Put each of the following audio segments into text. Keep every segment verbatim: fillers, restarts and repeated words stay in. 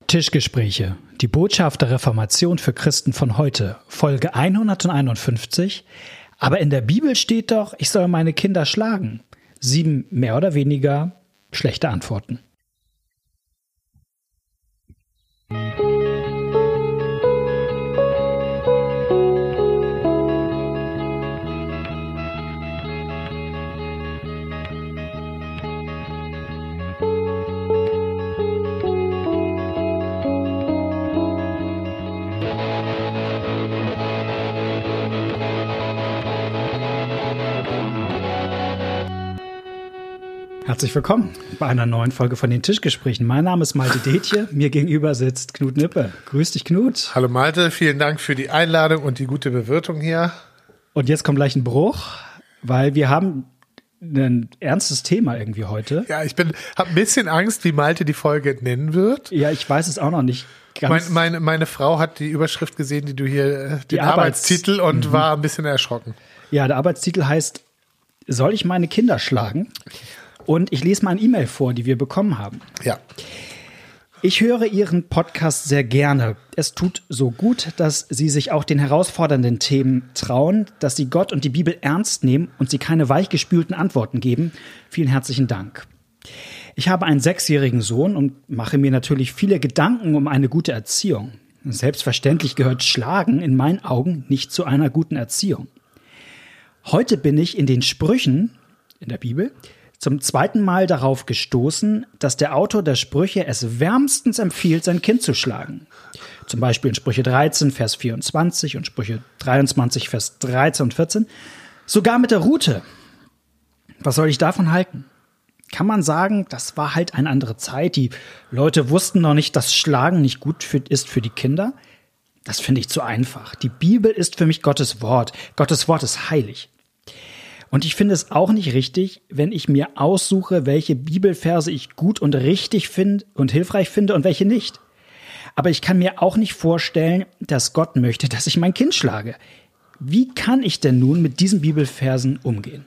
Tischgespräche, die Botschaft der Reformation für Christen von heute, Folge hunderteinundfünfzig. Aber in der Bibel steht doch, ich soll meine Kinder schlagen. Sieben mehr oder weniger schlechte Antworten. Herzlich willkommen bei einer neuen Folge von den Tischgesprächen. Mein Name ist Malte Detje, mir gegenüber sitzt Knut Nippe. Grüß dich, Knut. Hallo Malte, vielen Dank für die Einladung und die gute Bewirtung hier. Und jetzt kommt gleich ein Bruch, weil wir haben ein ernstes Thema irgendwie heute. Ja, ich bin habe ein bisschen Angst, wie Malte die Folge nennen wird. Ja, ich weiß es auch noch nicht ganz. Mein, meine, meine Frau hat die Überschrift gesehen, die du hier, Die den Arbeits- Arbeitstitel, und Mhm. war ein bisschen erschrocken. Ja, der Arbeitstitel heißt, soll ich meine Kinder schlagen? Und ich lese mal eine E-Mail vor, die wir bekommen haben. Ja. Ich höre Ihren Podcast sehr gerne. Es tut so gut, dass Sie sich auch den herausfordernden Themen trauen, dass Sie Gott und die Bibel ernst nehmen und Sie keine weichgespülten Antworten geben. Vielen herzlichen Dank. Ich habe einen sechsjährigen Sohn und mache mir natürlich viele Gedanken um eine gute Erziehung. Selbstverständlich gehört Schlagen in meinen Augen nicht zu einer guten Erziehung. Heute bin ich in den Sprüchen in der Bibel zum zweiten Mal darauf gestoßen, dass der Autor der Sprüche es wärmstens empfiehlt, sein Kind zu schlagen. Zum Beispiel in Sprüche dreizehn, Vers vierundzwanzig und Sprüche dreiundzwanzig, Vers dreizehn und vierzehn. Sogar mit der Rute. Was soll ich davon halten? Kann man sagen, das war halt eine andere Zeit. Die Leute wussten noch nicht, dass Schlagen nicht gut für, ist für die Kinder. Das finde ich zu einfach. Die Bibel ist für mich Gottes Wort. Gottes Wort ist heilig. Und ich finde es auch nicht richtig, wenn ich mir aussuche, welche Bibelverse ich gut und richtig finde und hilfreich finde und welche nicht. Aber ich kann mir auch nicht vorstellen, dass Gott möchte, dass ich mein Kind schlage. Wie kann ich denn nun mit diesen Bibelversen umgehen?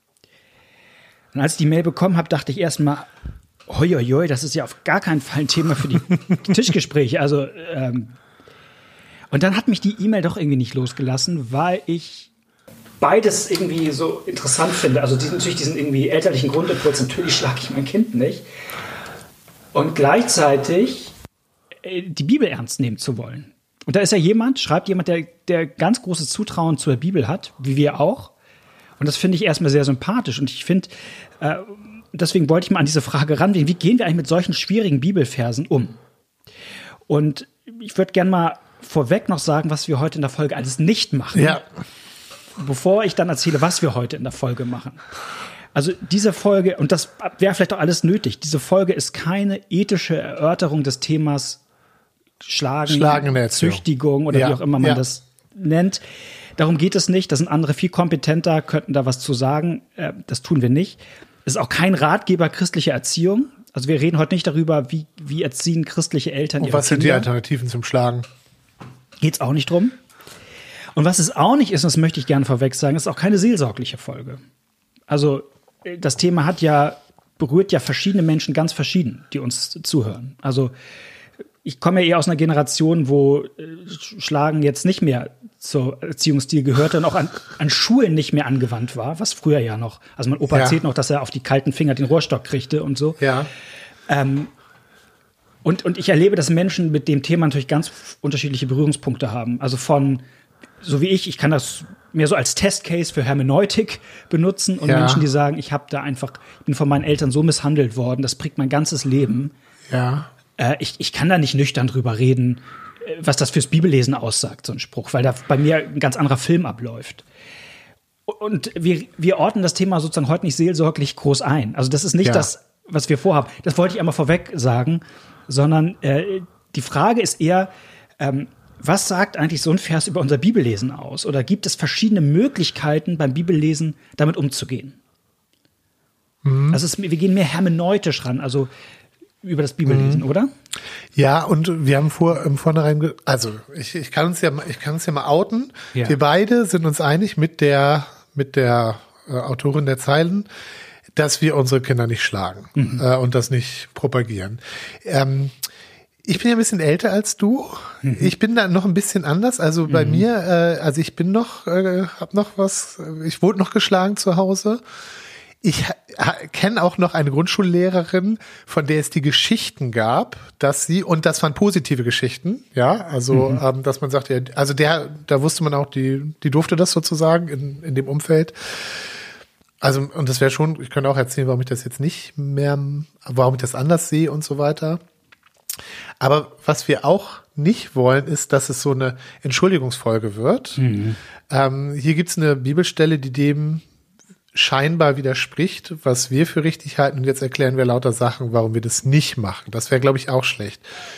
Und als ich die Mail bekommen habe, dachte ich erstmal, hoi, hoi, hoi, das ist ja auf gar keinen Fall ein Thema für die Tischgespräche. Also, ähm, und dann hat mich die E-Mail doch irgendwie nicht losgelassen, weil ich beides irgendwie so interessant finde. Also diesen, natürlich diesen irgendwie elterlichen Grundimpuls, natürlich schlage ich mein Kind nicht. Und gleichzeitig äh, die Bibel ernst nehmen zu wollen. Und da ist ja jemand, schreibt jemand, der, der ganz großes Zutrauen zur Bibel hat, wie wir auch. Und das finde ich erstmal sehr sympathisch. Und ich finde, äh, deswegen wollte ich mal an diese Frage rangehen, wie gehen wir eigentlich mit solchen schwierigen Bibelversen um? Und ich würde gerne mal vorweg noch sagen, was wir heute in der Folge alles nicht machen. Ja. Bevor ich dann erzähle, was wir heute in der Folge machen. Also diese Folge, und das wäre vielleicht auch alles nötig, diese Folge ist keine ethische Erörterung des Themas Schlagen, Schlagen in der Erziehung. Züchtigung oder Ja. wie auch immer man Ja. das nennt. Darum geht es nicht. Da sind andere viel kompetenter, könnten da was zu sagen. Äh, das tun wir nicht. Es ist auch kein Ratgeber christlicher Erziehung. Also wir reden heute nicht darüber, wie, wie erziehen christliche Eltern Und ihre was sind die Kinder. Alternativen zum Schlagen? Geht's auch nicht drum. Und was es auch nicht ist, und das möchte ich gerne vorweg sagen, ist auch keine seelsorgliche Folge. Also das Thema hat ja, berührt ja verschiedene Menschen ganz verschieden, die uns zuhören. Also ich komme ja eher aus einer Generation, wo äh, Schlagen jetzt nicht mehr zur Erziehungsstil gehörte und auch an, an Schulen nicht mehr angewandt war, was früher ja noch. Also mein Opa Ja. erzählt noch, dass er auf die kalten Finger den Rohrstock kriegte und so. Ja. Ähm, und, und ich erlebe, dass Menschen mit dem Thema natürlich ganz unterschiedliche Berührungspunkte haben. Also von, so wie ich, ich kann das mehr so als Testcase für Hermeneutik benutzen und Ja. Menschen, die sagen, ich habe da einfach, ich bin von meinen Eltern so misshandelt worden, das prägt mein ganzes Leben. Ja. Äh, ich, ich kann da nicht nüchtern drüber reden, äh, was das fürs Bibellesen aussagt, so ein Spruch, weil da bei mir ein ganz anderer Film abläuft. Und wir, wir ordnen das Thema sozusagen heute nicht seelsorglich groß ein. Also das ist nicht Ja. das, was wir vorhaben. Das wollte ich einmal vorweg sagen, sondern äh, die Frage ist eher, ähm, was sagt eigentlich so ein Vers über unser Bibellesen aus? Oder gibt es verschiedene Möglichkeiten beim Bibellesen, damit umzugehen? Mhm. Also es, wir gehen mehr hermeneutisch ran, also über das Bibellesen, mhm. oder? Ja, und wir haben vor im Vornherein, ge- also ich, ich kann uns ja, mal- ich kann uns ja mal outen. Ja. Wir beide sind uns einig mit der mit der äh, Autorin der Zeilen, dass wir unsere Kinder nicht schlagen mhm. äh, und das nicht propagieren. Ähm, Ich bin ja ein bisschen älter als du. Mhm. Ich bin da noch ein bisschen anders. Also bei mhm. mir, äh, also ich bin noch, äh, hab noch was, ich wurde noch geschlagen zu Hause. Ich kenne auch noch eine Grundschullehrerin, von der es die Geschichten gab, dass sie, und das waren positive Geschichten, ja, also, mhm. ähm, dass man sagt, ja, also der, da wusste man auch, die, die durfte das sozusagen in, in dem Umfeld. Also, und das wäre schon, ich könnte auch erzählen, warum ich das jetzt nicht mehr, warum ich das anders sehe und so weiter. Aber was wir auch nicht wollen, ist, dass es so eine Entschuldigungsfolge wird. Mhm. Ähm, hier gibt's eine Bibelstelle, die dem scheinbar widerspricht, was wir für richtig halten, und jetzt erklären wir lauter Sachen, warum wir das nicht machen. Das wäre, glaube ich, auch schlecht.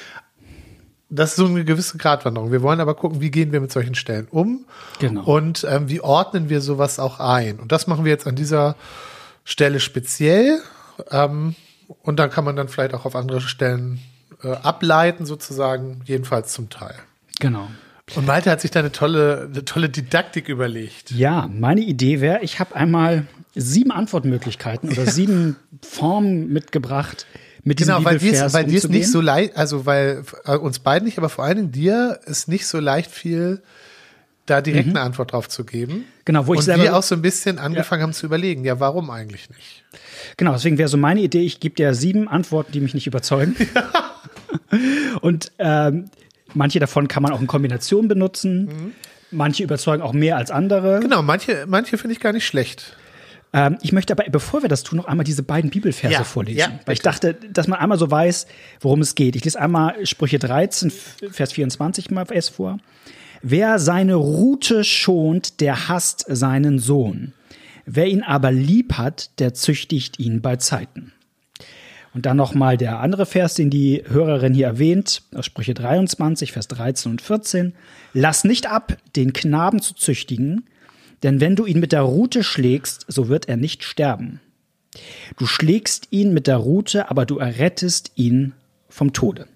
Das ist so eine gewisse Gratwanderung. Wir wollen aber gucken, wie gehen wir mit solchen Stellen um, genau. und ähm, wie ordnen wir sowas auch ein. Und das machen wir jetzt an dieser Stelle speziell, ähm, und dann kann man dann vielleicht auch auf andere Stellen äh, ableiten, sozusagen, jedenfalls zum Teil. Genau. Und Malte hat sich da eine tolle, eine tolle Didaktik überlegt. Ja, meine Idee wäre, ich habe einmal sieben Antwortmöglichkeiten oder ja. sieben Formen mitgebracht, mit diesem genau, Bibelvers weil dir es umzugehen. nicht so leicht, also weil äh, uns beiden nicht, aber vor allen Dingen dir ist nicht so leicht viel, da direkt mhm. eine Antwort drauf zu geben. Genau, wo ich und selber wir auch so ein bisschen angefangen ja. haben zu überlegen, ja, warum eigentlich nicht? Genau, deswegen wäre so meine Idee, ich gebe dir sieben Antworten, die mich nicht überzeugen. Ja. Und ähm, manche davon kann man auch in Kombination benutzen. Mhm. Manche überzeugen auch mehr als andere. Genau, manche, manche finde ich gar nicht schlecht. Ähm, ich möchte aber, bevor wir das tun, noch einmal diese beiden Bibelverse ja, vorlesen. Ja, weil ich dachte, dass man einmal so weiß, worum es geht. Ich lese einmal Sprüche dreizehn, Vers vierundzwanzig mal erst vor. Wer seine Rute schont, der hasst seinen Sohn. Wer ihn aber lieb hat, der züchtigt ihn bei Zeiten. Und dann nochmal der andere Vers, den die Hörerin hier erwähnt, aus Sprüche dreiundzwanzig, Vers dreizehn und vierzehn. Lass nicht ab, den Knaben zu züchtigen, denn wenn du ihn mit der Rute schlägst, so wird er nicht sterben. Du schlägst ihn mit der Rute, aber du errettest ihn vom Tode.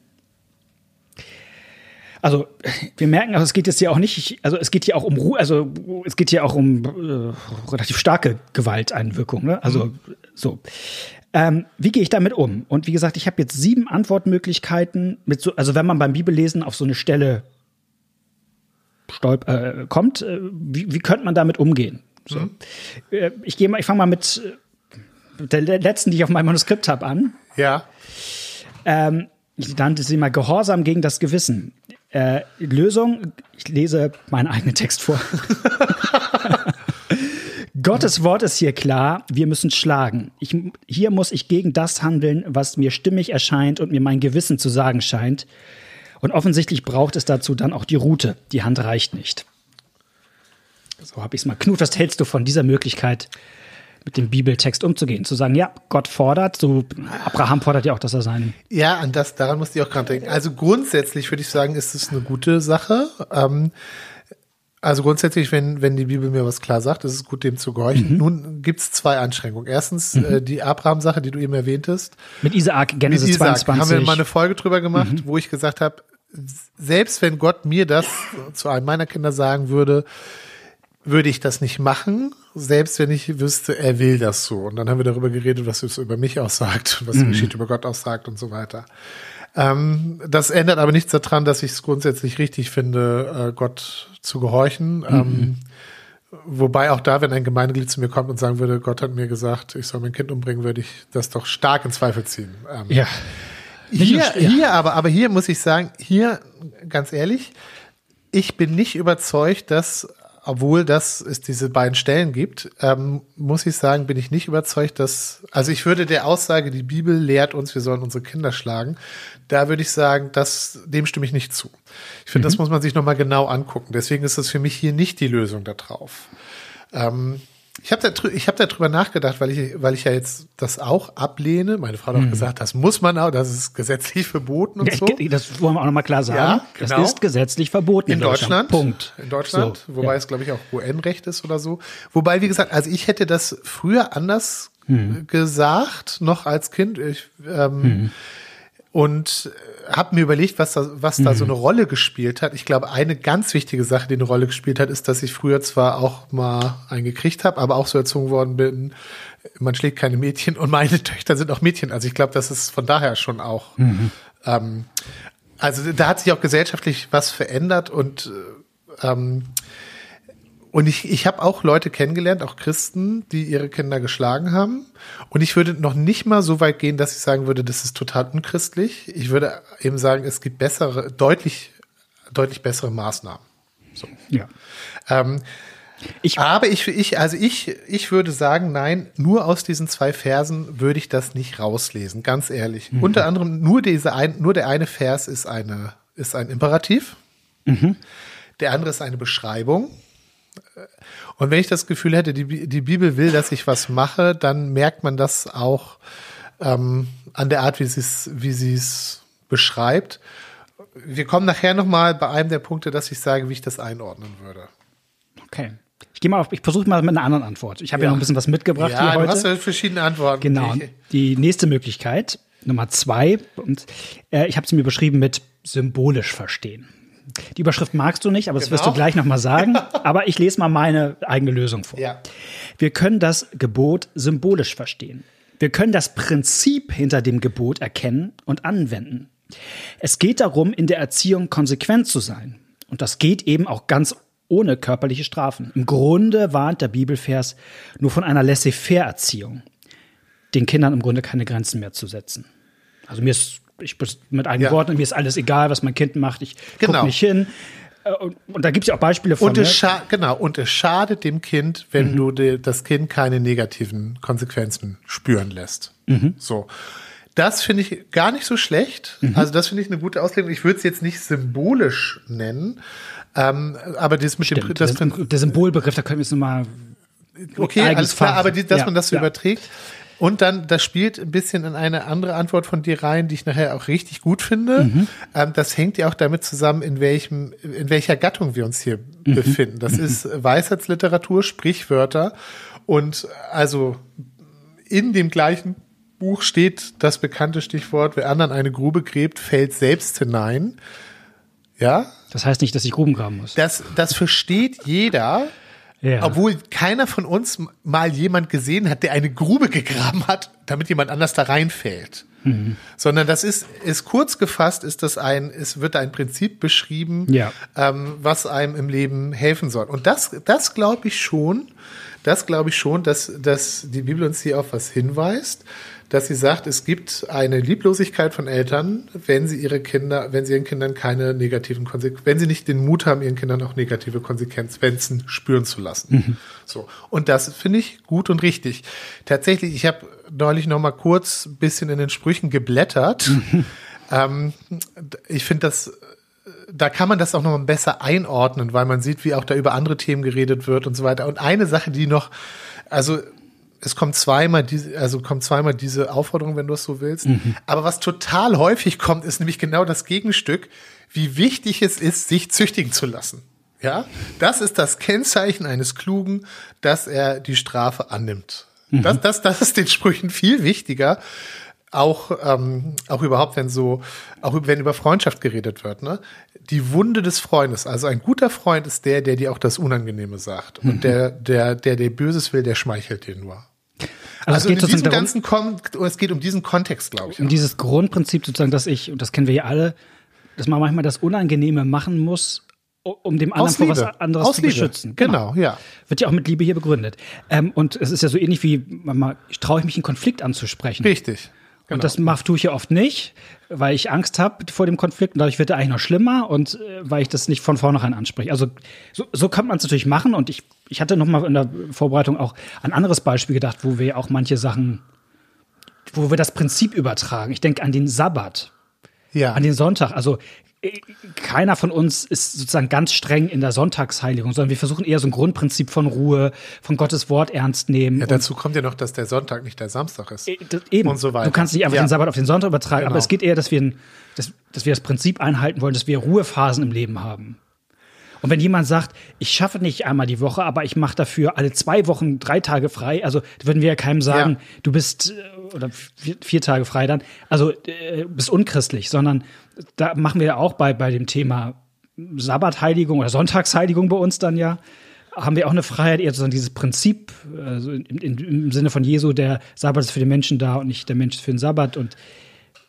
Also, wir merken, also es geht jetzt hier auch nicht, also es geht hier auch um Ruhe, also es geht hier auch um äh, relativ starke Gewalteinwirkung, ne? Also, mhm. so. Ähm, wie gehe ich damit um? Und wie gesagt, ich habe jetzt sieben Antwortmöglichkeiten, mit so, also wenn man beim Bibellesen auf so eine Stelle stolp äh, kommt, äh, wie, wie könnte man damit umgehen? So. Mhm. Äh, ich gehe mal, ich fange mal mit der letzten, die ich auf meinem Manuskript habe, an. Ja. Ähm, ich nannte sie mal Gehorsam gegen das Gewissen. Äh, Lösung, ich lese meinen eigenen Text vor. Gottes Wort ist hier klar, wir müssen schlagen. Ich, hier muss ich gegen das handeln, was mir stimmig erscheint und mir mein Gewissen zu sagen scheint. Und offensichtlich braucht es dazu dann auch die Rute. Die Hand reicht nicht. So habe ich es mal. Knut, was hältst du von dieser Möglichkeit, mit dem Bibeltext umzugehen? Zu sagen, ja, Gott fordert, so Abraham fordert ja auch, dass er seinen... Ja, an das, daran musste ich auch gerade denken. Also grundsätzlich würde ich sagen, ist es eine gute Sache. Ähm, Also grundsätzlich, wenn, wenn die Bibel mir was klar sagt, ist es gut, dem zu gehorchen. Mhm. Nun gibt's zwei Einschränkungen. Erstens, mhm. äh, die Abraham-Sache, die du eben erwähntest. Mit Isaak, Genesis mit Isaak zweiundzwanzig. Haben wir mal eine Folge drüber gemacht, mhm. wo ich gesagt habe, selbst wenn Gott mir das zu einem meiner Kinder sagen würde, würde ich das nicht machen, selbst wenn ich wüsste, er will das so. Und dann haben wir darüber geredet, was es über mich aussagt, was mhm. die Geschichte über Gott aussagt und so weiter. Ähm, das ändert aber nichts daran, dass ich es grundsätzlich richtig finde, äh, Gott zu gehorchen. Mhm. Ähm, wobei auch da, wenn ein Gemeindeglied zu mir kommt und sagen würde, Gott hat mir gesagt, ich soll mein Kind umbringen, würde ich das doch stark in Zweifel ziehen. Ähm, ja. Hier, hier aber, aber hier muss ich sagen, hier, ganz ehrlich, ich bin nicht überzeugt, dass, obwohl das es diese beiden Stellen gibt, ähm, muss ich sagen, bin ich nicht überzeugt, dass, also ich würde der Aussage, die Bibel lehrt uns, wir sollen unsere Kinder schlagen, da würde ich sagen, das, dem stimme ich nicht zu. Ich finde, mhm. das muss man sich nochmal genau angucken. Deswegen ist das für mich hier nicht die Lösung da drauf. Ähm, ich habe da, ich hab da drüber nachgedacht, weil ich, weil ich ja jetzt das auch ablehne. Meine Frau hat auch mhm. gesagt, das muss man auch, das ist gesetzlich verboten und ja, so. Das wollen wir auch nochmal klar sagen. Ja, genau. Das ist gesetzlich verboten in, in Deutschland. Deutschland. Punkt. In Deutschland, so, wobei ja. es, glaube ich, auch U N-Recht ist oder so. Wobei, wie gesagt, also ich hätte das früher anders mhm. gesagt, noch als Kind. Ich, ähm, mhm. Und habe mir überlegt, was da, was da mhm. so eine Rolle gespielt hat. Ich glaube, eine ganz wichtige Sache, die eine Rolle gespielt hat, ist, dass ich früher zwar auch mal einen gekriegt habe, aber auch so erzogen worden bin, man schlägt keine Mädchen und meine Töchter sind auch Mädchen. Also ich glaube, das ist von daher schon auch. Mhm. Ähm, Also da hat sich auch gesellschaftlich was verändert und ähm, und ich, ich habe auch Leute kennengelernt, auch Christen, die ihre Kinder geschlagen haben. Und ich würde noch nicht mal so weit gehen, dass ich sagen würde, das ist total unchristlich. Ich würde eben sagen, es gibt bessere, deutlich, deutlich bessere Maßnahmen. So. Ja. Ähm, Ich, aber ich, ich, also ich, ich würde sagen, nein, nur aus diesen zwei Versen würde ich das nicht rauslesen, ganz ehrlich. Mhm. Unter anderem nur diese ein, nur der eine Vers ist eine, ist ein Imperativ. Mhm. Der andere ist eine Beschreibung. Und wenn ich das Gefühl hätte, die, die Bibel will, dass ich was mache, dann merkt man das auch ähm, an der Art, wie sie es, wie sie es beschreibt. Wir kommen nachher nochmal bei einem der Punkte, dass ich sage, wie ich das einordnen würde. Okay. Ich gehe mal auf, ich versuche mal mit einer anderen Antwort. Ich habe ja. ja noch ein bisschen was mitgebracht ja, hier heute. Ja, du hast ja verschiedene Antworten. Genau. Die nächste Möglichkeit, Nummer zwei, und äh, ich habe sie mir beschrieben mit symbolisch verstehen. Die Überschrift magst du nicht, aber das genau. wirst du gleich nochmal sagen. Aber ich lese mal meine eigene Lösung vor. Ja. Wir können das Gebot symbolisch verstehen. Wir können das Prinzip hinter dem Gebot erkennen und anwenden. Es geht darum, in der Erziehung konsequent zu sein. Und das geht eben auch ganz ohne körperliche Strafen. Im Grunde warnt der Bibelvers nur von einer Laissez-faire-Erziehung, den Kindern im Grunde keine Grenzen mehr zu setzen. Also mir ist, ich mit eigenen ja. Worten, mir ist alles egal, was mein Kind macht, ich genau. gucke nicht hin. Und, und da gibt es ja auch Beispiele von. Und es, scha- genau, und es schadet dem Kind, wenn mhm. du de, das Kind keine negativen Konsequenzen spüren lässt. Mhm. So. Das finde ich gar nicht so schlecht. Mhm. Also das finde ich eine gute Auslegung. Ich würde es jetzt nicht symbolisch nennen, ähm, aber das mit Stimmt. dem das der, der Symbolbegriff, da können wir jetzt nochmal. Okay, alles klar, aber die, dass ja. man das so ja. überträgt. Und dann, das spielt ein bisschen in eine andere Antwort von dir rein, die ich nachher auch richtig gut finde. Mhm. Ähm, das hängt ja auch damit zusammen, in welchem, in welcher Gattung wir uns hier mhm. befinden. Das mhm. ist Weisheitsliteratur, Sprichwörter. Und also in dem gleichen Buch steht das bekannte Stichwort, wer anderen eine Grube gräbt, fällt selbst hinein. Ja? Das heißt nicht, dass ich Gruben graben muss. Das, das versteht jeder. Ja. Obwohl keiner von uns mal jemand gesehen hat, der eine Grube gegraben hat, damit jemand anders da reinfällt. Mhm. Sondern das ist, ist kurz gefasst, ist das ein, es wird ein Prinzip beschrieben, ja. ähm, was einem im Leben helfen soll. Und das, das glaube ich schon, das glaube ich schon, dass, dass die Bibel uns hier auf was hinweist, dass sie sagt, es gibt eine Lieblosigkeit von Eltern, wenn sie ihre Kinder, wenn sie ihren Kindern keine negativen Konsequenzen, wenn sie nicht den Mut haben, ihren Kindern auch negative Konsequenzen spüren zu lassen. Mhm. So. Und das finde ich gut und richtig. Tatsächlich, ich habe neulich noch mal kurz ein bisschen in den Sprüchen geblättert. Mhm. Ähm, ich finde das, da kann man das auch noch mal besser einordnen, weil man sieht, wie auch da über andere Themen geredet wird und so weiter. Und eine Sache, die noch, also es kommt zweimal diese, also kommt zweimal diese Aufforderung, wenn du es so willst. Mhm. Aber was total häufig kommt, ist nämlich genau das Gegenstück, wie wichtig es ist, sich züchtigen zu lassen. Ja, das ist das Kennzeichen eines Klugen, dass er die Strafe annimmt. Mhm. Das, das, das ist den Sprüchen viel wichtiger. Auch, ähm, auch überhaupt, wenn so, auch wenn über Freundschaft geredet wird, ne? Die Wunde des Freundes. Also ein guter Freund ist der, der dir auch das Unangenehme sagt. Mhm. Und der, der, der dir Böses will, der schmeichelt dir nur. Also, also es geht in diesem darum, ganzen Kon- es geht um diesen Kontext, glaube ich. Um auch. dieses Grundprinzip sozusagen, dass ich, und das kennen wir ja alle, dass man manchmal das Unangenehme machen muss, um dem anderen vor was anderes Aus zu Liebe. beschützen. Genau. genau, ja. Wird ja auch mit Liebe hier begründet. Ähm, und es ist ja so ähnlich wie, manchmal traue ich mich, einen Konflikt anzusprechen. Richtig. Genau. Und das mach, tue ich ja oft nicht, weil ich Angst habe vor dem Konflikt und dadurch wird er eigentlich noch schlimmer und äh, weil ich das nicht von vornherein anspreche. Also so, so kann man es natürlich machen und ich, ich hatte noch mal in der Vorbereitung auch ein anderes Beispiel gedacht, wo wir auch manche Sachen, wo wir das Prinzip übertragen. Ich denke an den Sabbat, ja. an den Sonntag. Also keiner von uns ist sozusagen ganz streng in der Sonntagsheiligung, sondern wir versuchen eher so ein Grundprinzip von Ruhe, von Gottes Wort ernst nehmen. Ja, dazu kommt ja noch, dass der Sonntag nicht der Samstag ist. Eben. Und so weiter. Du kannst nicht einfach ja. den Sabbat auf den Sonntag übertragen, genau. aber es geht eher, dass wir, ein, dass, dass wir das Prinzip einhalten wollen, dass wir Ruhephasen im Leben haben. Und wenn jemand sagt, ich schaffe nicht einmal die Woche, aber ich mache dafür alle zwei Wochen drei Tage frei, also würden wir ja keinem sagen, ja. du bist, oder vier, vier Tage frei dann, also äh, bist unchristlich, sondern da machen wir ja auch bei, bei dem Thema Sabbatheiligung oder Sonntagsheiligung bei uns dann ja, haben wir auch eine Freiheit, eher sozusagen dieses Prinzip, also im, im, im Sinne von Jesu, der Sabbat ist für den Menschen da und nicht der Mensch ist für den Sabbat und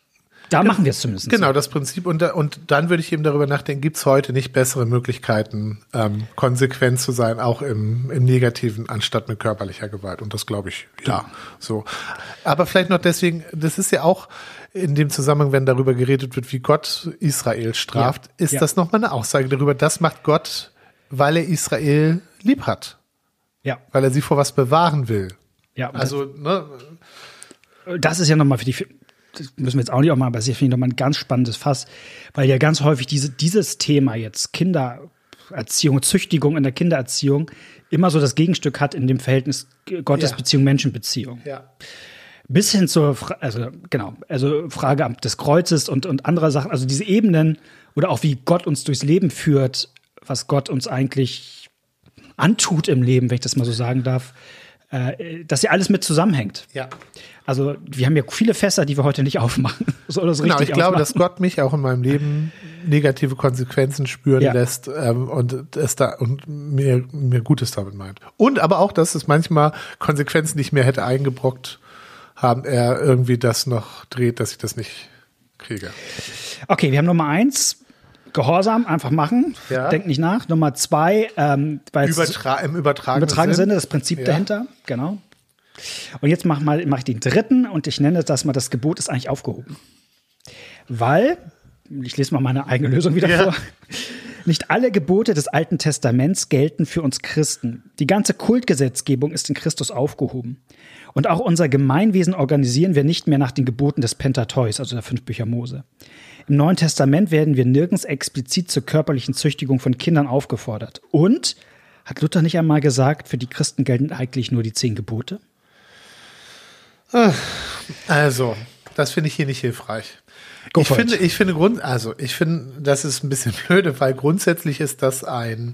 Da machen wir es zumindest. Genau, so. das Prinzip. Und, da, und dann würde ich eben darüber nachdenken, gibt es heute nicht bessere Möglichkeiten, ähm, konsequent zu sein, auch im, im Negativen, anstatt mit körperlicher Gewalt. Und das glaube ich, ja, so. Aber vielleicht noch deswegen, das ist ja auch in dem Zusammenhang, wenn darüber geredet wird, wie Gott Israel straft, ja. ist ja. das nochmal eine Aussage darüber, das macht Gott, weil er Israel lieb hat. Ja. Weil er sie vor was bewahren will. Ja. Also, ne. Das ist ja nochmal für die, das müssen wir jetzt auch nicht auch mal, aber das ist ja nochmal ein ganz spannendes Fass, weil ja ganz häufig diese, dieses Thema jetzt Kindererziehung, Züchtigung in der Kindererziehung immer so das Gegenstück hat in dem Verhältnis Gottesbeziehung, ja. Menschenbeziehung. Ja. Bis hin zur, also genau, also Frage des Kreuzes und, und anderer Sachen, also diese Ebenen oder auch wie Gott uns durchs Leben führt, was Gott uns eigentlich antut im Leben, wenn ich das mal so sagen darf, äh, dass ja alles mit zusammenhängt. Ja. Also wir haben ja viele Fässer, die wir heute nicht aufmachen. So, das genau, richtig ich glaube, aufmachen. dass Gott mich auch in meinem Leben negative Konsequenzen spüren ja. lässt ähm, und es da und mir, mir Gutes damit meint. Und aber auch, dass es manchmal Konsequenzen, die ich mir hätte eingebrockt haben, er irgendwie das noch dreht, dass ich das nicht kriege. Okay, wir haben Nummer eins. Gehorsam, einfach machen, ja. Denk nicht nach. Nummer zwei, ähm, Übertra im übertragenen, übertragenen Sinn. Sinne, das Prinzip ja. dahinter, genau. Und jetzt mach mal, mach ich den dritten und ich nenne das mal, das Gebot ist eigentlich aufgehoben. Weil, ich lese mal meine eigene Lösung wieder ja. vor, nicht alle Gebote des Alten Testaments gelten für uns Christen. Die ganze Kultgesetzgebung ist in Christus aufgehoben. Und auch unser Gemeinwesen organisieren wir nicht mehr nach den Geboten des Pentateuchs, also der fünf Bücher Mose. Im Neuen Testament werden wir nirgends explizit zur körperlichen Züchtigung von Kindern aufgefordert. Und, hat Luther nicht einmal gesagt, für die Christen gelten eigentlich nur die zehn Gebote? Also, das finde ich hier nicht hilfreich. Go ich for finde, it. ich finde Grund, also ich finde, das ist ein bisschen blöde, weil grundsätzlich ist das ein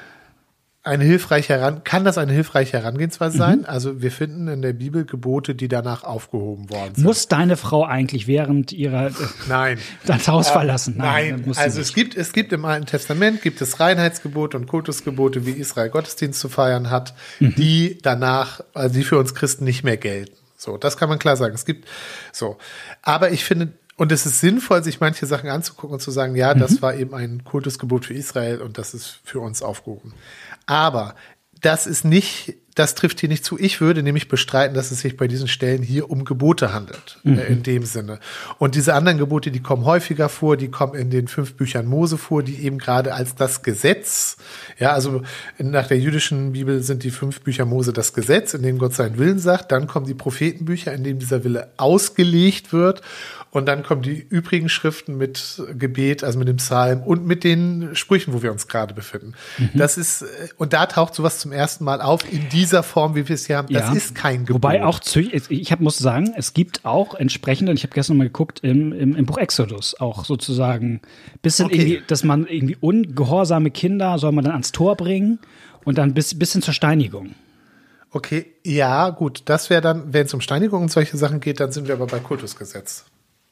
eine hilfreiche Heran kann das eine hilfreiche Herangehensweise sein? Mhm. Also wir finden in der Bibel Gebote, die danach aufgehoben worden sind. Muss deine Frau eigentlich während ihrer Nein. das Haus äh, verlassen? Nein, nein. Also es gibt es gibt im Alten Testament gibt es Reinheitsgebote und Kultusgebote, wie Israel Gottesdienst zu feiern hat, mhm. die danach, also die für uns Christen nicht mehr gelten. So, das kann man klar sagen. Es gibt so, aber ich finde und es ist sinnvoll, sich manche Sachen anzugucken und zu sagen, ja, das mhm. war eben ein Kultusgebot für Israel und das ist für uns aufgehoben. Aber das ist nicht, das trifft hier nicht zu. Ich würde nämlich bestreiten, dass es sich bei diesen Stellen hier um Gebote handelt, mhm. äh, in dem Sinne. Und diese anderen Gebote, die kommen häufiger vor, die kommen in den fünf Büchern Mose vor, die eben gerade als das Gesetz, ja, also nach der jüdischen Bibel sind die fünf Bücher Mose das Gesetz, in dem Gott seinen Willen sagt. Dann kommen die Prophetenbücher, in dem dieser Wille ausgelegt wird. Und dann kommen die übrigen Schriften mit Gebet, also mit dem Psalm und mit den Sprüchen, wo wir uns gerade befinden. Mhm. Das ist, und da taucht sowas zum ersten Mal auf in dieser Form, wie wir es hier haben. Das ja. ist kein Gebot. Wobei auch, ich hab, muss sagen, es gibt auch entsprechende, und ich habe gestern mal geguckt, im, im, im Buch Exodus auch sozusagen, bisschen okay. irgendwie, dass man irgendwie ungehorsame Kinder soll man dann ans Tor bringen und dann bis, bisschen zur Steinigung. Okay, ja, gut, das wäre dann, wenn es um Steinigung und solche Sachen geht, dann sind wir aber bei Kultusgesetz.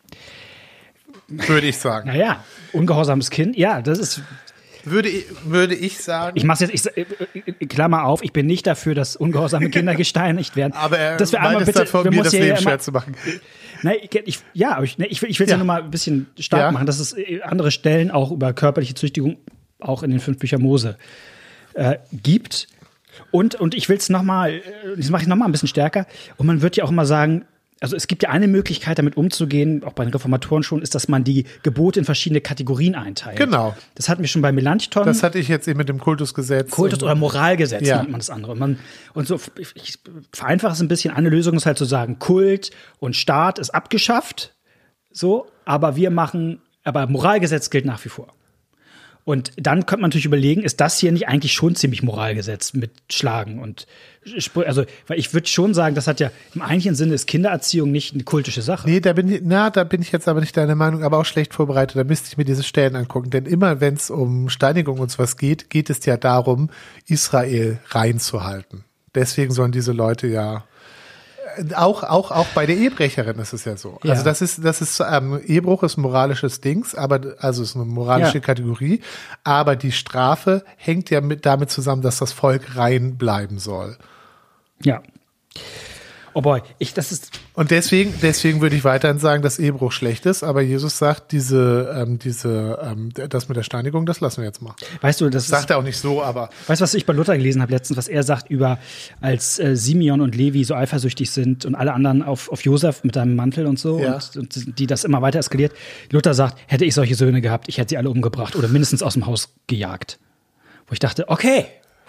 Würde ich sagen. Naja, ungehorsames Kind, ja, das ist. Würde ich, würde ich sagen. Ich mach's jetzt, ich, ich, Klammer auf, ich bin nicht dafür, dass ungehorsame Kinder gesteinigt werden. Aber er dass wir einmal bitte, davon, mir das Leben schwer zu machen. Nein, ich, ja, aber ich, ich, ich will es ja. ja nur mal ein bisschen stark ja. machen, dass es andere Stellen auch über körperliche Züchtigung auch in den fünf Büchern Mose äh, gibt. Und, und ich will es nochmal, das mache ich nochmal ein bisschen stärker. Und man wird ja auch immer sagen, also es gibt ja eine Möglichkeit, damit umzugehen, auch bei den Reformatoren schon, ist, dass man die Gebote in verschiedene Kategorien einteilt. Genau. Das hatten wir schon bei Melanchthon. Das hatte ich jetzt eben mit dem Kultusgesetz. Kultus- oder Moralgesetz ja. nennt man das andere. Und, man, und so, ich vereinfache es ein bisschen. Eine Lösung ist halt zu sagen, Kult und Staat ist abgeschafft, so, aber wir machen, aber Moralgesetz gilt nach wie vor. Und dann könnte man natürlich überlegen, ist das hier nicht eigentlich schon ziemlich Moralgesetz mit Schlagen und also, weil ich würde schon sagen, das hat ja im eigentlichen Sinne ist Kindererziehung nicht eine kultische Sache. Nee, da bin ich, na, da bin ich jetzt aber nicht deiner Meinung, aber auch schlecht vorbereitet. Da müsste ich mir diese Stellen angucken. Denn immer, wenn es um Steinigung und sowas geht, geht es ja darum, Israel reinzuhalten. Deswegen sollen diese Leute ja Auch, auch, auch bei der Ehebrecherin ist es ja so. Ja. Also das ist, das ist, ähm, Ehebruch ist moralisches Dings, aber, also ist eine moralische ja. Kategorie. Aber die Strafe hängt ja mit, damit zusammen, dass das Volk rein bleiben soll. Ja. Oh boy, ich, das ist. Und deswegen, deswegen würde ich weiterhin sagen, dass Ehebruch schlecht ist, aber Jesus sagt, diese, ähm, diese, ähm, das mit der Steinigung, das lassen wir jetzt mal. Weißt du, das, das sagt ist, er auch nicht so, aber. Weißt du, was ich bei Luther gelesen habe letztens, was er sagt über, als äh, Simeon und Levi so eifersüchtig sind und alle anderen auf, auf Josef mit seinem Mantel und so Ja. und, und die das immer weiter eskaliert. Luther sagt, hätte ich solche Söhne gehabt, ich hätte sie alle umgebracht oder mindestens aus dem Haus gejagt. Wo ich dachte, okay.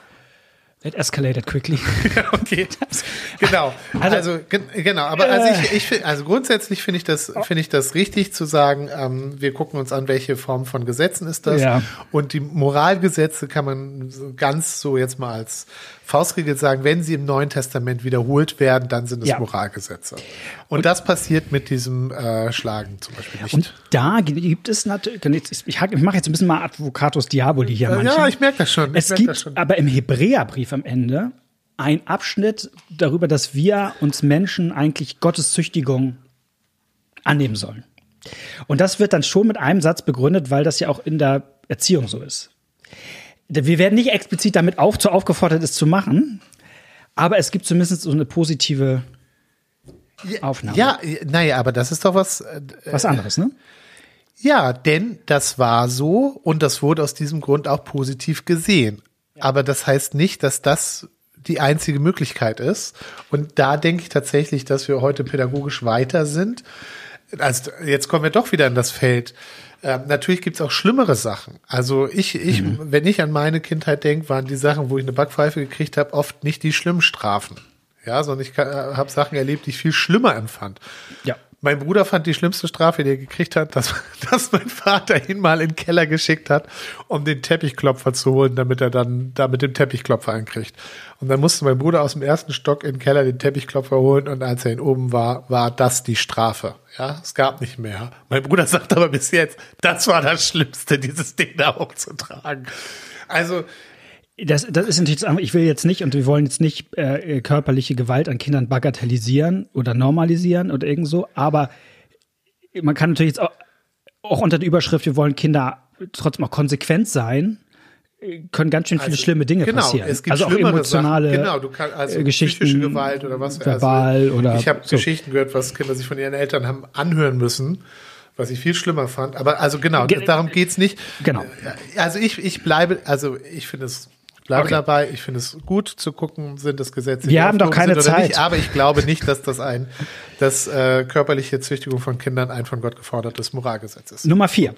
It escalated quickly. Ja, okay. Das, genau. Also, also gen, genau. Aber also ich, ich find, also grundsätzlich finde ich das, finde ich das richtig zu sagen. Ähm, wir gucken uns an, welche Form von Gesetzen ist das. Ja. Und die Moralgesetze kann man so ganz so jetzt mal als Faustregel sagen, wenn sie im Neuen Testament wiederholt werden, dann sind es ja. Moralgesetze. Und, und das passiert mit diesem äh, Schlagen zum Beispiel nicht. Und da gibt es natürlich, ich, ich mache jetzt ein bisschen mal Advocatus Diaboli hier. Manchen. Ja, ich merke das schon. Es gibt schon. Aber im Hebräerbrief am Ende ein Abschnitt darüber, dass wir uns Menschen eigentlich Gottes Züchtigung annehmen sollen. Und das wird dann schon mit einem Satz begründet, weil das ja auch in der Erziehung so ist. Wir werden nicht explizit damit auch zu aufgefordert, es zu machen, aber es gibt zumindest so eine positive Aufnahme. Ja, naja, aber das ist doch was. Äh, was anderes, ne? Ja, denn das war so und das wurde aus diesem Grund auch positiv gesehen. Ja. Aber das heißt nicht, dass das die einzige Möglichkeit ist. Und da denke ich tatsächlich, dass wir heute pädagogisch weiter sind. Also jetzt kommen wir doch wieder in das Feld. Ähm, natürlich gibt's auch schlimmere Sachen. Also ich, ich, mhm. wenn ich an meine Kindheit denke, waren die Sachen, wo ich eine Backpfeife gekriegt habe, oft nicht die schlimmen Strafen. Ja, sondern ich äh, habe Sachen erlebt, die ich viel schlimmer empfand. Ja. Mein Bruder fand die schlimmste Strafe, die er gekriegt hat, dass, dass mein Vater ihn mal in den Keller geschickt hat, um den Teppichklopfer zu holen, damit er dann da mit dem Teppichklopfer ankriegt. Und dann musste mein Bruder aus dem ersten Stock in den Keller den Teppichklopfer holen und als er ihn oben war, war das die Strafe. Ja, es gab nicht mehr. Mein Bruder sagt aber bis jetzt, das war das Schlimmste, dieses Ding da hochzutragen. Also, Das, das ist natürlich, ich will jetzt nicht und wir wollen jetzt nicht äh, körperliche Gewalt an Kindern bagatellisieren oder normalisieren oder irgend so, aber man kann natürlich jetzt auch, auch unter der Überschrift, wir wollen Kinder trotzdem auch konsequent sein, können ganz schön viele also, schlimme Dinge genau, passieren. Es gibt also auch emotionale Sachen. Genau, du kannst also Geschichten, psychische Gewalt oder was. Verbal also, oder ich habe so. Geschichten gehört, was Kinder sich von ihren Eltern haben anhören müssen. Was ich viel schlimmer fand. Aber also genau, Ge- darum geht's nicht. Genau. Also ich, ich bleibe, also ich finde es, bleibe okay. dabei. Ich finde es gut zu gucken, sind das Gesetze. Wir haben doch keine Zeit. Nicht, aber ich glaube nicht, dass das ein, dass äh, körperliche Züchtigung von Kindern ein von Gott gefordertes Moralgesetz ist. Nummer vier.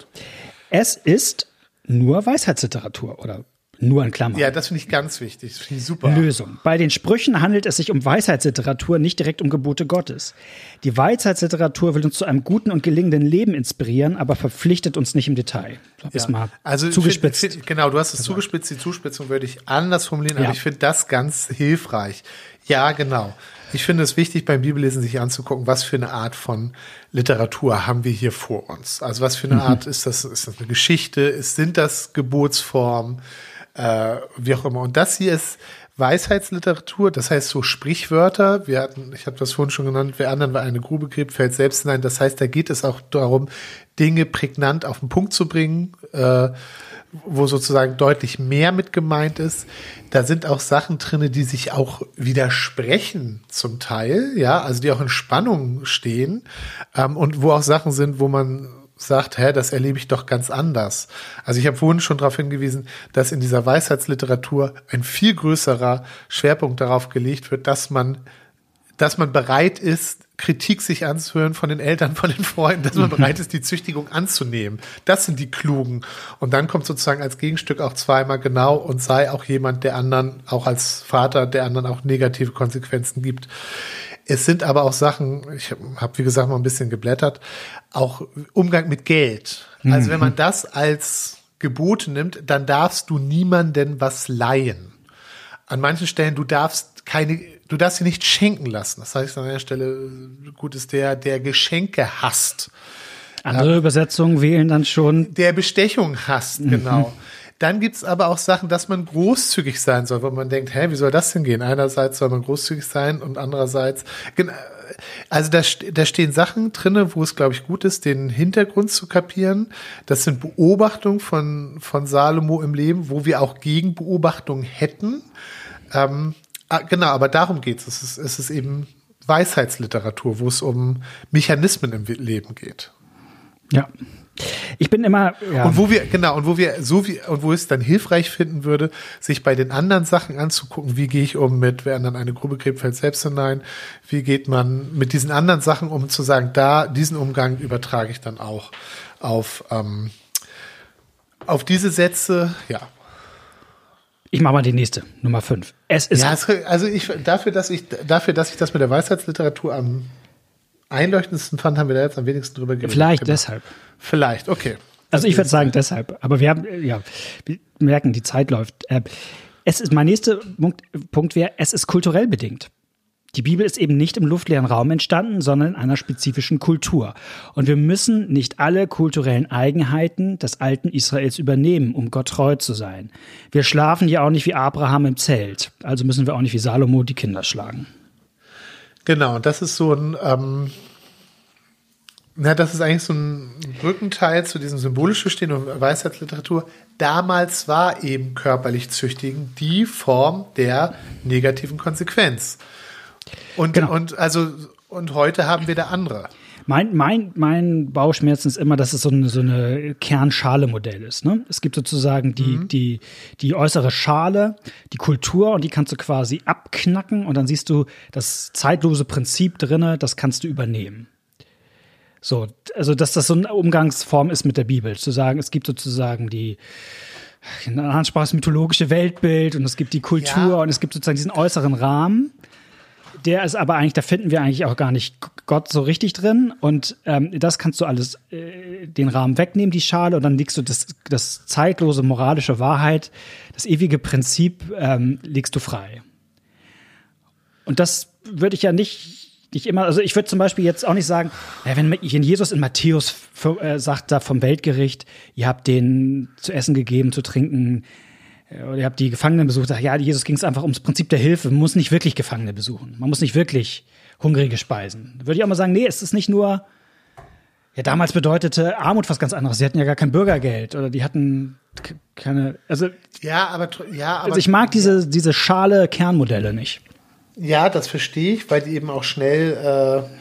Es ist nur Weisheitsliteratur oder nur in Klammern. Ja, das finde ich ganz wichtig. Das finde ich super. Lösung. Bei den Sprüchen handelt es sich um Weisheitsliteratur, nicht direkt um Gebote Gottes. Die Weisheitsliteratur will uns zu einem guten und gelingenden Leben inspirieren, aber verpflichtet uns nicht im Detail. Ich glaube, ja. ist mal also zugespitzt. Find, find, genau, du hast es also. zugespitzt. Die Zuspitzung würde ich anders formulieren, ja. aber ich finde das ganz hilfreich. Ja, genau. Ich finde es wichtig, beim Bibellesen sich anzugucken, was für eine Art von Literatur haben wir hier vor uns. Also was für eine mhm. Art ist das? Ist das eine Geschichte? Ist, sind das Gebotsformen? Äh, wie auch immer. Und das hier ist Weisheitsliteratur, das heißt so Sprichwörter. Wir hatten, ich habe das vorhin schon genannt, wer anderen war eine Grube gräbt, fällt selbst hinein. Das heißt, da geht es auch darum, Dinge prägnant auf den Punkt zu bringen, äh, wo sozusagen deutlich mehr mit gemeint ist. Da sind auch Sachen drinne, die sich auch widersprechen zum Teil, ja, also die auch in Spannung stehen, ähm, und wo auch Sachen sind, wo man sagt, hä, das erlebe ich doch ganz anders. Also ich habe vorhin schon darauf hingewiesen, dass in dieser Weisheitsliteratur ein viel größerer Schwerpunkt darauf gelegt wird, dass man, dass man bereit ist, Kritik sich anzuhören von den Eltern, von den Freunden, dass man bereit ist, die Züchtigung anzunehmen. Das sind die Klugen. Und dann kommt sozusagen als Gegenstück auch zweimal genau und sei auch jemand, der anderen, auch als Vater, der anderen auch negative Konsequenzen gibt. Es sind aber auch Sachen, ich habe wie gesagt mal ein bisschen geblättert, auch Umgang mit Geld. Also wenn man das als Gebot nimmt, dann darfst du niemandem was leihen. An manchen Stellen, du darfst keine, du darfst sie nicht schenken lassen. Das heißt an der Stelle, gut ist der, der Geschenke hasst. Andere ja, Übersetzungen wählen dann schon. Der Bestechung hasst, mhm. genau. Dann gibt's aber auch Sachen, dass man großzügig sein soll, wo man denkt, hä, wie soll das denn gehen? Einerseits soll man großzügig sein und andererseits, also da, da stehen Sachen drinne, wo es, glaube ich, gut ist, den Hintergrund zu kapieren. Das sind Beobachtungen von, von Salomo im Leben, wo wir auch Gegenbeobachtungen hätten. Ähm, genau, aber darum geht's. Es ist, es ist eben Weisheitsliteratur, wo es um Mechanismen im Leben geht. Ja. Ich bin immer, ja. Und wo wir, genau, und wo wir so wie, und wo es dann hilfreich finden würde, sich bei den anderen Sachen anzugucken, wie gehe ich um mit, wer dann eine Grube gräbt, fällt selbst hinein, wie geht man mit diesen anderen Sachen um, zu sagen, da, diesen Umgang übertrage ich dann auch auf, ähm, auf diese Sätze, ja. Ich mache mal die nächste, Nummer fünf. Es ist. Ja, also ich, dafür, dass ich, dafür, dass ich das mit der Weisheitsliteratur am einleuchtendsten fand, haben wir da jetzt am wenigsten drüber geredet. Vielleicht gemacht. Deshalb. Vielleicht, okay. Also ich würde sagen deshalb. Aber wir haben, ja, wir merken, die Zeit läuft. Es ist, mein nächster Punkt, Punkt wäre, es ist kulturell bedingt. Die Bibel ist eben nicht im luftleeren Raum entstanden, sondern in einer spezifischen Kultur. Und wir müssen nicht alle kulturellen Eigenheiten des alten Israels übernehmen, um Gott treu zu sein. Wir schlafen ja auch nicht wie Abraham im Zelt. Also müssen wir auch nicht wie Salomo die Kinder schlagen. Genau, und das ist so ein, ähm, na, das ist eigentlich so ein Brückenteil zu diesem symbolisch Verstehen und Weisheitsliteratur. Damals war eben körperlich züchtigen die Form der negativen Konsequenz. Und, genau. und, also, und heute haben wir da andere. Mein, mein, mein Bauchschmerzen ist immer, dass es so eine, so eine Kernschale-Modell ist. Ne? Es gibt sozusagen die, mhm. die, die äußere Schale, die Kultur, und die kannst du quasi abknacken und dann siehst du das zeitlose Prinzip drinne, das kannst du übernehmen. So, also dass das so eine Umgangsform ist mit der Bibel, zu sagen, es gibt sozusagen die in einer anderen Sprache das mythologische Weltbild und es gibt die Kultur ja. und es gibt sozusagen diesen äußeren Rahmen. Der ist aber eigentlich, da finden wir eigentlich auch gar nicht Gott so richtig drin. Und ähm, das kannst du alles, äh, den Rahmen wegnehmen, die Schale, und dann legst du das, das zeitlose moralische Wahrheit, das ewige Prinzip, ähm, legst du frei. Und das würde ich ja nicht, nicht immer, also ich würde zum Beispiel jetzt auch nicht sagen, ja, wenn Jesus in Matthäus äh, sagt da vom Weltgericht, ihr habt denen zu essen gegeben, zu trinken, oder ihr habt die Gefangenen besucht, sagt, ja, Jesus ging es einfach ums Prinzip der Hilfe. Man muss nicht wirklich Gefangene besuchen. Man muss nicht wirklich Hungrige speisen. Da würde ich auch mal sagen, nee, es ist nicht nur, ja, damals bedeutete Armut was ganz anderes. Sie hatten ja gar kein Bürgergeld oder die hatten keine, also. Ja, aber, ja, aber. Also ich mag diese, ja. diese schale Kernmodelle nicht. Ja, das verstehe ich, weil die eben auch schnell, äh,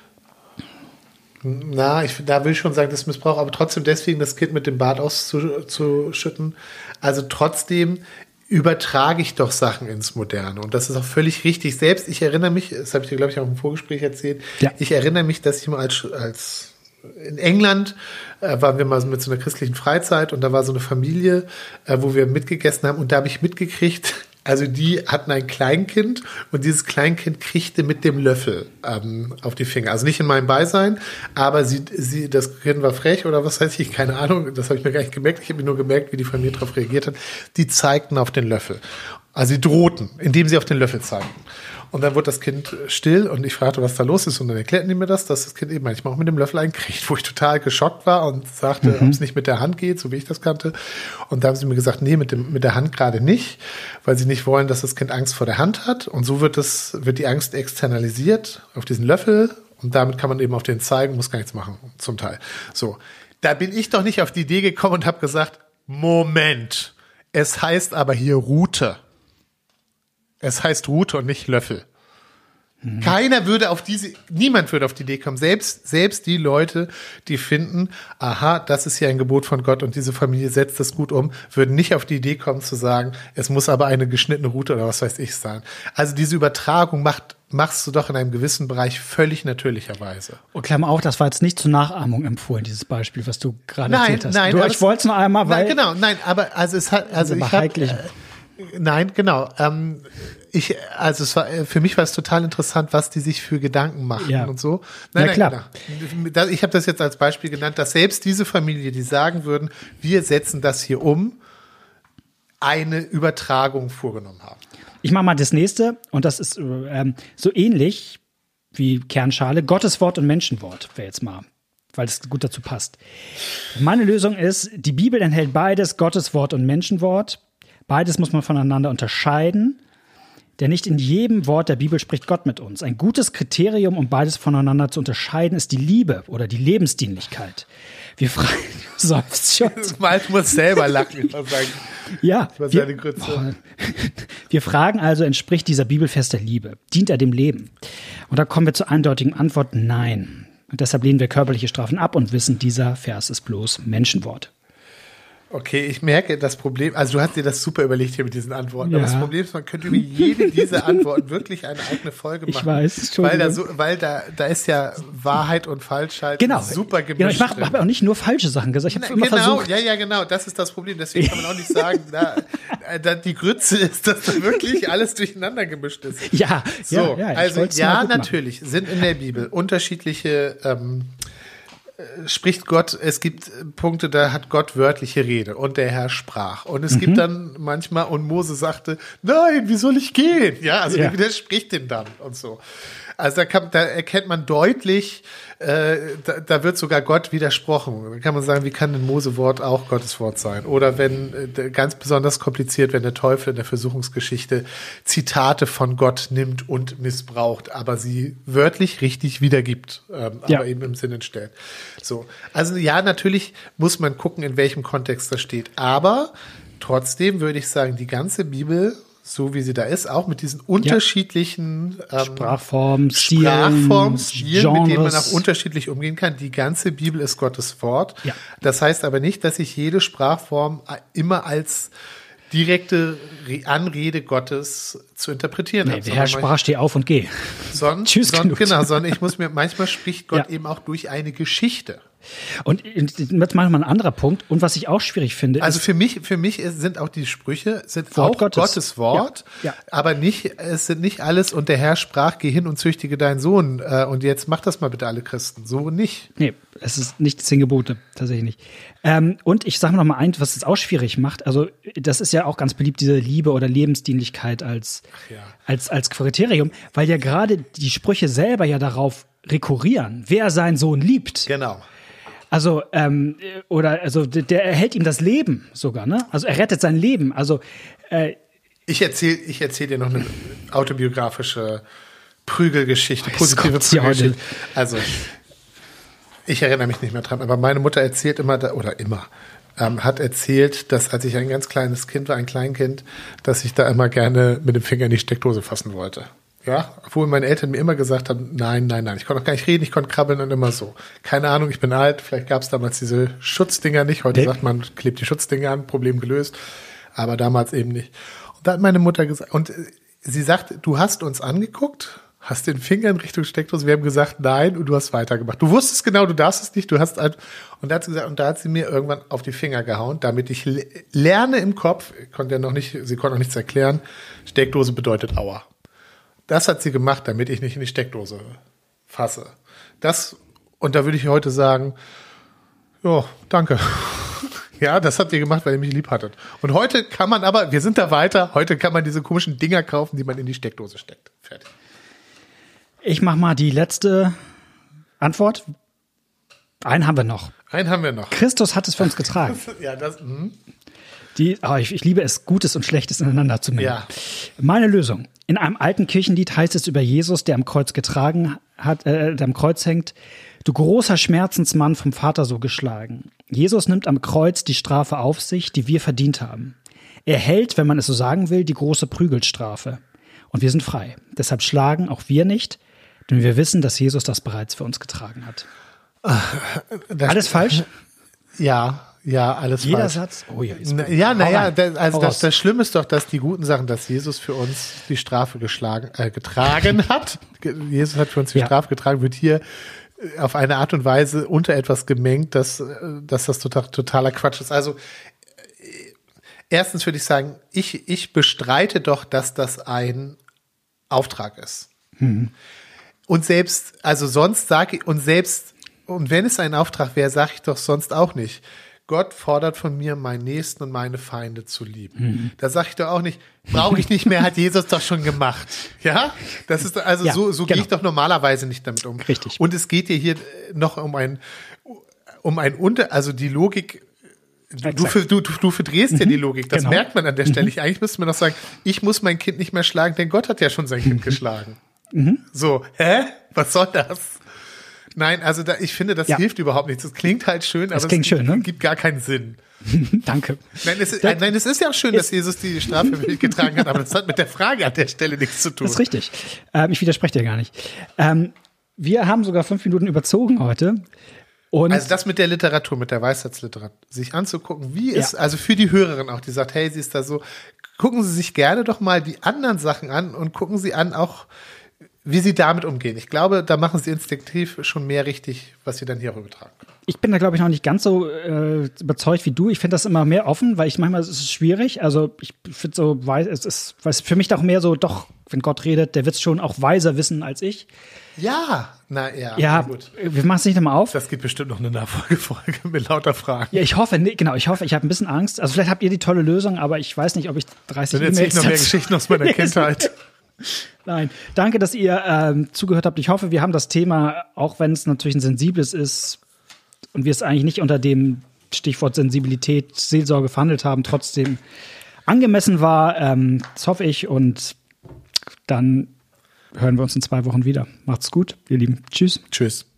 na, ich, da will ich schon sagen, das Missbrauch, aber trotzdem deswegen das Kind mit dem Bart auszuschütten. Also trotzdem übertrage ich doch Sachen ins Moderne. Und das ist auch völlig richtig. Selbst, ich erinnere mich, das habe ich dir, glaube ich, auch im Vorgespräch erzählt, ja. ich erinnere mich, dass ich mal als, als in England äh, waren wir mal mit so einer christlichen Freizeit und da war so eine Familie, äh, wo wir mitgegessen haben und da habe ich mitgekriegt, also die hatten ein Kleinkind und dieses Kleinkind kriegte mit dem Löffel ähm, auf die Finger. Also nicht in meinem Beisein, aber sie, sie, das Kind war frech oder was weiß ich, keine Ahnung, das habe ich mir gar nicht gemerkt. Ich habe mir nur gemerkt, wie die Familie darauf reagiert hat. Die zeigten auf den Löffel. Also sie drohten, indem sie auf den Löffel zeigten. Und dann wurde das Kind still und ich fragte, was da los ist. Und dann erklärten die mir das, dass das Kind eben manchmal auch mit dem Löffel einkriegt, wo ich total geschockt war und sagte, mhm. ob es nicht mit der Hand geht, so wie ich das kannte. Und da haben sie mir gesagt, nee, mit, dem, mit der Hand gerade nicht, weil sie nicht wollen, dass das Kind Angst vor der Hand hat. Und so wird, das, wird die Angst externalisiert auf diesen Löffel. Und damit kann man eben auf den zeigen, muss gar nichts machen, zum Teil. So, da bin ich doch nicht auf die Idee gekommen und habe gesagt, Moment, es heißt aber hier Rute. Es heißt Rute und nicht Löffel. Mhm. Keiner würde auf diese, niemand würde auf die Idee kommen. Selbst, selbst die Leute, die finden, aha, das ist hier ein Gebot von Gott und diese Familie setzt das gut um, würden nicht auf die Idee kommen zu sagen, es muss aber eine geschnittene Rute oder was weiß ich sein. Also diese Übertragung macht, machst du doch in einem gewissen Bereich völlig natürlicherweise. Und Klammer auf, das war jetzt nicht zur Nachahmung empfohlen, dieses Beispiel, was du gerade erzählt hast. Nein, du, nein. Ich wollte es noch einmal, weil. Nein, genau, nein, aber also es hat, also ich hab, äh, Nein, genau. Ähm, ich, also es war für mich war es total interessant, was die sich für Gedanken machen ja. und so. Nein, ja, klar. Nein, klar. Ich habe das jetzt als Beispiel genannt, dass selbst diese Familie, die sagen würden, wir setzen das hier um, eine Übertragung vorgenommen haben. Ich mache mal das nächste und das ist ähm, so ähnlich wie Kernschale, Gottes Wort und Menschenwort wäre jetzt mal, weil es gut dazu passt. Meine Lösung ist, die Bibel enthält beides, Gottes Wort und Menschenwort. Beides muss man voneinander unterscheiden, denn nicht in jedem Wort der Bibel spricht Gott mit uns. Ein gutes Kriterium, um beides voneinander zu unterscheiden, ist die Liebe oder die Lebensdienlichkeit. Wir fragen, seufzt schon. Mal muss selber lachen. Ja, Was wir, seine Grütze? boah, wir fragen also, entspricht dieser Bibelfest der Liebe? Dient er dem Leben? Und da kommen wir zur eindeutigen Antwort, nein. Und deshalb lehnen wir körperliche Strafen ab und wissen, dieser Vers ist bloß Menschenwort. Okay, ich merke das Problem, also du hast dir das super überlegt hier mit diesen Antworten, Ja. aber das Problem ist, man könnte über jede dieser Antworten wirklich eine eigene Folge machen. Ich weiß, weil da Entschuldigung. so, weil da, da ist ja Wahrheit und Falschheit Genau. super gemischt. Genau, ich drin. habe auch nicht nur falsche Sachen gesagt. Ich habe immer Genau, versucht. ja, ja, genau, das ist das Problem. Deswegen kann man auch nicht sagen, da, da die Grütze ist, dass da wirklich alles durcheinander gemischt ist. Ja, So, ja, ja. ich also wollt's mal ja, gut machen. natürlich sind in der Bibel unterschiedliche ähm, äh, spricht Gott, es gibt Punkte, da hat Gott wörtliche Rede und der Herr sprach. Und es Mhm. gibt dann manchmal, und Mose sagte, nein, wie soll ich gehen? Ja, also Ja. der widerspricht dem dann und so. Also da, kann, da erkennt man deutlich, äh, da, da wird sogar Gott widersprochen. Da kann man sagen, wie kann ein Mose-Wort auch Gottes Wort sein? Oder wenn, äh, ganz besonders kompliziert, wenn der Teufel in der Versuchungsgeschichte Zitate von Gott nimmt und missbraucht, aber sie wörtlich richtig wiedergibt, ähm, Ja. aber eben im Sinn entstellt. So. Also ja, natürlich muss man gucken, in welchem Kontext das steht. Aber trotzdem würde ich sagen, die ganze Bibel, so wie sie da ist, auch mit diesen unterschiedlichen ähm, Sprachformen, Stilen, Sprachformen, Stilen, mit denen man Genres. auch unterschiedlich umgehen kann. Die ganze Bibel ist Gottes Wort. Ja. Das heißt aber nicht, dass ich jede Sprachform immer als direkte Re- Anrede Gottes zu interpretieren Nee, habe. der Herr sondern sprach, steh auf und geh. Sonst, Tschüss, sonst, genug. genau, sondern ich muss mir, manchmal spricht Gott Ja. eben auch durch eine Geschichte. Und jetzt mal ein anderer Punkt. Und was ich auch schwierig finde, Also ist, für mich, für mich ist, sind auch die Sprüche, sind Wort auch Gottes. Gottes, Wort, Ja, ja. aber nicht, es sind nicht alles, und der Herr sprach, geh hin und züchtige deinen Sohn, äh, und jetzt mach das mal bitte alle Christen. So nicht. nee, es ist nicht die zehn Gebote, tatsächlich nicht. Ähm, und ich sage noch mal eins, was es auch schwierig macht. Also das ist ja auch ganz beliebt, diese Liebe oder Lebensdienlichkeit als, ja. als, als Kriterium, weil ja gerade die Sprüche selber ja darauf rekurrieren, wer seinen Sohn liebt. Genau. Also, ähm, oder, also, der, der erhält ihm das Leben sogar, ne? Also, er rettet sein Leben. Also, äh, Ich erzähle ich erzähl dir noch eine autobiografische Prügelgeschichte, Oh, positive Gott, ja, Prügelgeschichte. Also, ich erinnere mich nicht mehr dran, aber meine Mutter erzählt immer, da- oder immer, ähm, hat erzählt, dass als ich ein ganz kleines Kind war, ein Kleinkind, dass ich da immer gerne mit dem Finger in die Steckdose fassen wollte. Ja, obwohl meine Eltern mir immer gesagt haben, nein, nein, nein, ich konnte noch gar nicht reden, ich konnte krabbeln und immer so. Keine Ahnung, ich bin alt, vielleicht gab es damals diese Schutzdinger nicht. Heute Nee. sagt man, klebt die Schutzdinger an, Problem gelöst. Aber damals eben nicht. Und da hat meine Mutter gesagt, und äh, sie sagt, du hast uns angeguckt, hast den Finger in Richtung Steckdose, wir haben gesagt, nein, und du hast weitergemacht. Du wusstest genau, du darfst es nicht, du hast halt, und da hat sie gesagt, und da hat sie mir irgendwann auf die Finger gehauen, damit ich le- lerne im Kopf, ich konnte ja noch nicht, sie konnte noch nichts erklären, Steckdose bedeutet Aua. Das hat sie gemacht, damit ich nicht in die Steckdose fasse. Das, und da würde ich heute sagen, ja, danke. Ja, das habt ihr gemacht, weil ihr mich lieb hattet. Und heute kann man aber, wir sind da weiter, heute kann man diese komischen Dinger kaufen, die man in die Steckdose steckt. Fertig. ich mach mal die letzte Antwort. Einen haben wir noch. Einen haben wir noch. Christus hat es für uns getragen. Ja, das, hm. Die, oh, ich, ich liebe es, Gutes und Schlechtes ineinander zu mengen. Ja. Meine Lösung. In einem alten Kirchenlied heißt es über Jesus, der am Kreuz getragen hat, äh, der am Kreuz hängt, du großer Schmerzensmann vom Vater so geschlagen. Jesus nimmt am Kreuz die Strafe auf sich, die wir verdient haben. Er hält, wenn man es so sagen will, die große Prügelstrafe. Und wir sind frei. Deshalb schlagen auch wir nicht, denn wir wissen, dass Jesus das bereits für uns getragen hat. Das, Alles falsch? Ja, ja, alles Jeder falsch. Satz? Oh ja, jetzt Na, ja, naja, rein. das, also Hau das, raus. das Schlimme ist doch, dass die guten Sachen, dass Jesus für uns die Strafe geschlagen, äh, getragen hat. Ge- Jesus hat für uns die Ja. Strafe getragen, wird hier äh, auf eine Art und Weise unter etwas gemengt, dass, äh, dass das total, totaler Quatsch ist. Also, äh, erstens würde ich sagen, ich, ich bestreite doch, dass das ein Auftrag ist. Und selbst, also sonst sage ich, und selbst, und wenn es ein Auftrag wäre, sage ich doch sonst auch nicht. Gott fordert von mir, meinen Nächsten und meine Feinde zu lieben. Mhm. Da sage ich doch auch nicht, brauche ich nicht mehr, hat Jesus doch schon gemacht. Ja? Das ist, also Ja, so, so genau. gehe ich doch normalerweise nicht damit um. Richtig. Und es geht dir hier noch um ein, um ein Unter, also die Logik, du, Exakt. du, du, du verdrehst ja die Logik. Das Genau. merkt man an der Stelle. Ich, eigentlich müsste man doch sagen, ich muss mein Kind nicht mehr schlagen, denn Gott hat ja schon sein Kind geschlagen. So, hä? Was soll das? Nein, also da, ich finde, das Ja. hilft überhaupt nichts. Es klingt halt schön, aber Es klingt es schön, ne? gibt gar keinen Sinn. Danke. Nein es, ist, nein, es ist ja auch schön, dass Jesus die Strafe für mich getragen hat, aber das hat mit der Frage an der Stelle nichts zu tun. Das ist richtig. Ähm, ich widerspreche dir gar nicht. Ähm, wir haben sogar fünf Minuten überzogen heute. Und Also das mit der Literatur, mit der Weisheitsliteratur, sich anzugucken, wie es, Ja. also für die Hörerin auch, die sagt, hey, sie ist da so, gucken Sie sich gerne doch mal die anderen Sachen an und gucken Sie an auch, wie Sie damit umgehen. Ich glaube, da machen Sie instinktiv schon mehr richtig, was Sie dann hier übertragen. ich bin da, glaube ich, noch nicht ganz so äh, überzeugt wie du. Ich finde das immer mehr offen, weil ich manchmal, es ist schwierig. Also ich finde so, weiß, es ist weil es für mich doch mehr so, doch, wenn Gott redet, der wird es schon auch weiser wissen als ich. Ja, na ja, Ja, na gut. wir machen es nicht nochmal auf. Das gibt bestimmt noch eine Nachfolgefolge mit lauter Fragen. Ja, ich hoffe, nee, genau, ich hoffe, ich habe ein bisschen Angst. Also vielleicht habt ihr die tolle Lösung, aber ich weiß nicht, ob ich dreißig Dann erzähle ich E-Mails noch mehr dazu- Geschichten aus meiner Kindheit. Nein, danke, dass ihr ähm, zugehört habt. Ich hoffe, wir haben das Thema, auch wenn es natürlich ein sensibles ist und wir es eigentlich nicht unter dem Stichwort Sensibilität, Seelsorge verhandelt haben, trotzdem angemessen war. Ähm, das hoffe ich und dann hören wir uns in zwei Wochen wieder. Macht's gut, ihr Lieben. Tschüss. Tschüss.